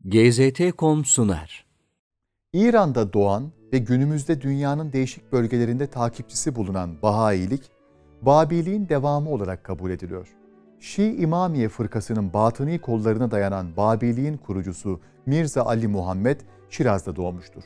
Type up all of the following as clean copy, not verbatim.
GZT.com sunar. İran'da doğan ve günümüzde dünyanın değişik bölgelerinde takipçisi bulunan Bahailik, Babiliğin devamı olarak kabul ediliyor. Şii İmamiye fırkasının batıni kollarına dayanan Babiliğin kurucusu Mirza Ali Muhammed, Şiraz'da doğmuştur.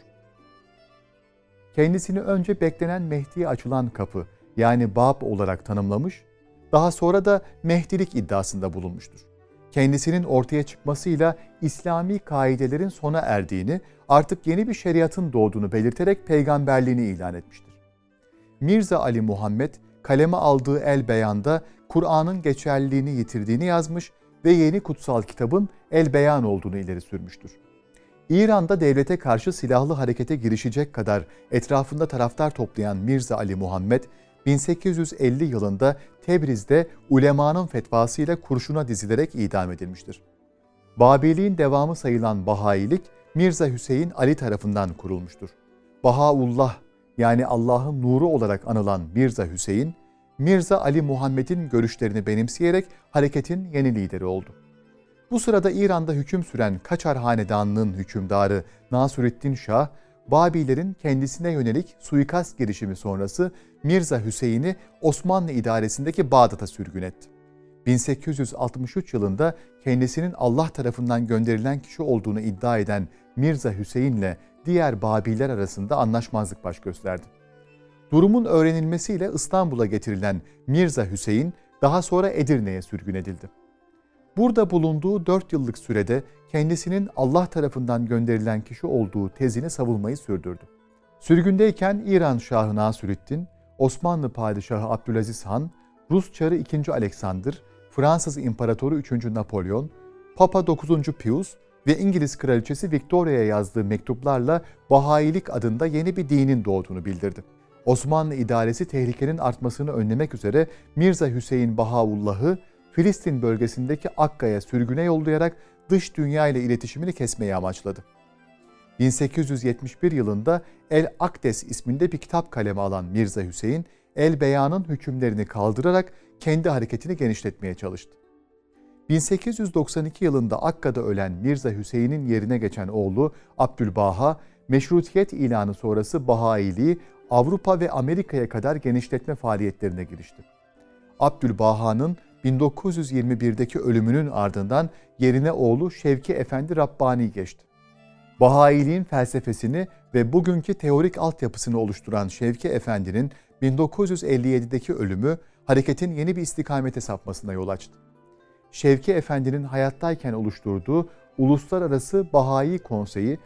Kendisini önce beklenen Mehdi'ye açılan kapı, yani Bab olarak tanımlamış, daha sonra da Mehdilik iddiasında bulunmuştur. Kendisinin ortaya çıkmasıyla İslami kaidelerin sona erdiğini, artık yeni bir şeriatın doğduğunu belirterek peygamberliğini ilan etmiştir. Mirza Ali Muhammed, kaleme aldığı El Beyan'da Kur'an'ın geçerliliğini yitirdiğini yazmış ve yeni kutsal kitabın El Beyan olduğunu ileri sürmüştür. İran'da devlete karşı silahlı harekete girişecek kadar etrafında taraftar toplayan Mirza Ali Muhammed, 1850 yılında Tebriz'de ulemanın fetvasıyla kurşuna dizilerek idam edilmiştir. Babiliğin devamı sayılan Bahailik, Mirza Hüseyin Ali tarafından kurulmuştur. Bahaullah, yani Allah'ın nuru olarak anılan Mirza Hüseyin, Mirza Ali Muhammed'in görüşlerini benimseyerek hareketin yeni lideri oldu. Bu sırada İran'da hüküm süren Kaçar Hanedanı'nın hükümdarı Nasüreddin Şah, Babilerin kendisine yönelik suikast girişimi sonrası Mirza Hüseyin'i Osmanlı idaresindeki Bağdat'a sürgün etti. 1863 yılında kendisinin Allah tarafından gönderilen kişi olduğunu iddia eden Mirza Hüseyin'le diğer Babiler arasında anlaşmazlık baş gösterdi. Durumun öğrenilmesiyle İstanbul'a getirilen Mirza Hüseyin daha sonra Edirne'ye sürgün edildi. Burada bulunduğu 4 yıllık sürede kendisinin Allah tarafından gönderilen kişi olduğu tezini savunmayı sürdürdü. Sürgündeyken İran Şahı Nasüreddin, Osmanlı Padişahı Abdülaziz Han, Rus Çarı II. Alexander, Fransız İmparatoru 3. Napolyon, Papa 9. Pius ve İngiliz Kraliçesi Victoria'ya yazdığı mektuplarla Bahailik adında yeni bir dinin doğduğunu bildirdi. Osmanlı idaresi tehlikenin artmasını önlemek üzere Mirza Hüseyin Bahaullah'ı Filistin bölgesindeki Akka'ya sürgüne yollayarak dış dünya ile iletişimini kesmeyi amaçladı. 1871 yılında El Akdes isminde bir kitap kaleme alan Mirza Hüseyin, El Beyan'ın hükümlerini kaldırarak kendi hareketini genişletmeye çalıştı. 1892 yılında Akka'da ölen Mirza Hüseyin'in yerine geçen oğlu Abdülbaha, meşrutiyet ilanı sonrası Bahailiği Avrupa ve Amerika'ya kadar genişletme faaliyetlerine girişti. Abdülbaha'nın 1921'deki ölümünün ardından yerine oğlu Şevki Efendi Rabbani geçti. Bahailiğin felsefesini ve bugünkü teorik altyapısını oluşturan Şevki Efendi'nin 1957'deki ölümü hareketin yeni bir istikamete sapmasına yol açtı. Şevki Efendi'nin hayattayken oluşturduğu Uluslararası Bahai Konseyi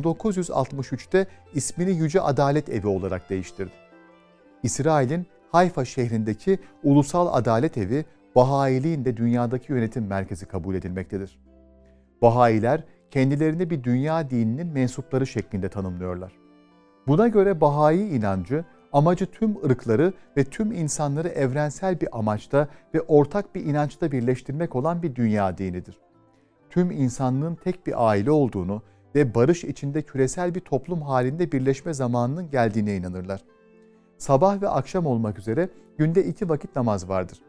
1963'te ismini Yüce Adalet Evi olarak değiştirdi. İsrail'in Hayfa şehrindeki Ulusal Adalet Evi, Bahailiğin de dünyadaki yönetim merkezi kabul edilmektedir. Bahailer kendilerini bir dünya dininin mensupları şeklinde tanımlıyorlar. Buna göre Bahai inancı, amacı tüm ırkları ve tüm insanları evrensel bir amaçta ve ortak bir inançta birleştirmek olan bir dünya dinidir. Tüm insanlığın tek bir aile olduğunu ve barış içinde küresel bir toplum halinde birleşme zamanının geldiğine inanırlar. Sabah ve akşam olmak üzere günde 2 vakit namaz vardır.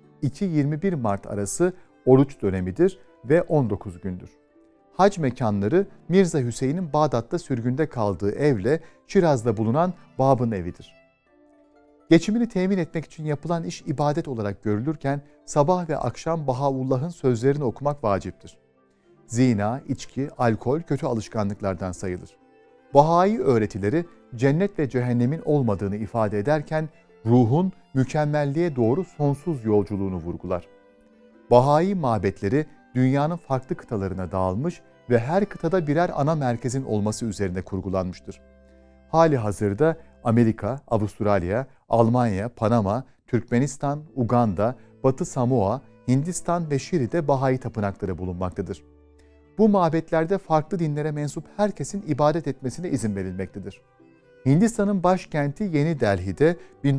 2-21 Mart arası oruç dönemidir ve 19 gündür. Hac mekanları Mirza Hüseyin'in Bağdat'ta sürgünde kaldığı evle Şiraz'da bulunan Bab'ın evidir. Geçimini temin etmek için yapılan iş ibadet olarak görülürken sabah ve akşam Bahaullah'ın sözlerini okumak vaciptir. Zina, içki, alkol kötü alışkanlıklardan sayılır. Bahai öğretileri cennet ve cehennemin olmadığını ifade ederken ruhun mükemmelliğe doğru sonsuz yolculuğunu vurgular. Bahai mabetleri dünyanın farklı kıtalarına dağılmış ve her kıtada birer ana merkezin olması üzerine kurgulanmıştır. Hali hazırda Amerika, Avustralya, Almanya, Panama, Türkmenistan, Uganda, Batı Samoa, Hindistan ve Şili'de Bahai tapınakları bulunmaktadır. Bu mabetlerde farklı dinlere mensup herkesin ibadet etmesine izin verilmektedir. Hindistan'ın başkenti Yeni Delhi'de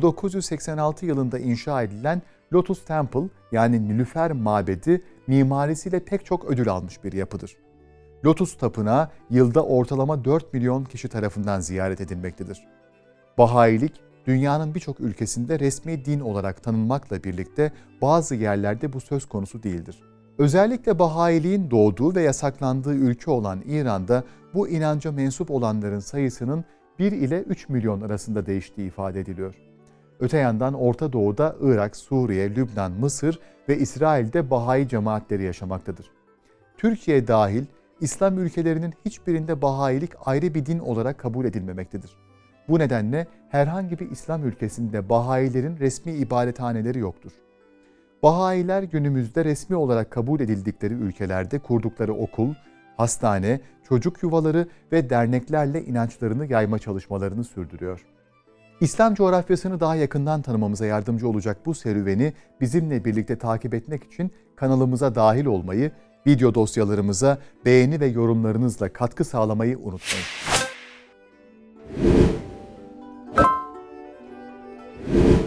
1986 yılında inşa edilen Lotus Temple, yani Nilüfer Mabedi, mimarisiyle pek çok ödül almış bir yapıdır. Lotus Tapınağı yılda ortalama 4 milyon kişi tarafından ziyaret edilmektedir. Bahailik, dünyanın birçok ülkesinde resmi din olarak tanınmakla birlikte bazı yerlerde bu söz konusu değildir. Özellikle Bahailiğin doğduğu ve yasaklandığı ülke olan İran'da bu inanca mensup olanların sayısının 1 ile 3 milyon arasında değiştiği ifade ediliyor. Öte yandan Orta Doğu'da Irak, Suriye, Lübnan, Mısır ve İsrail'de Bahai cemaatleri yaşamaktadır. Türkiye dahil İslam ülkelerinin hiçbirinde Bahailik ayrı bir din olarak kabul edilmemektedir. Bu nedenle herhangi bir İslam ülkesinde Bahailerin resmi ibadethaneleri yoktur. Bahailer günümüzde resmi olarak kabul edildikleri ülkelerde kurdukları okul, hastane, çocuk yuvaları ve derneklerle inançlarını yayma çalışmalarını sürdürüyor. İslam coğrafyasını daha yakından tanımamıza yardımcı olacak bu serüveni bizimle birlikte takip etmek için kanalımıza dahil olmayı, video dosyalarımıza beğeni ve yorumlarınızla katkı sağlamayı unutmayın.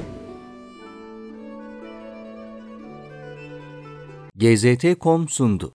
GZT.com sundu.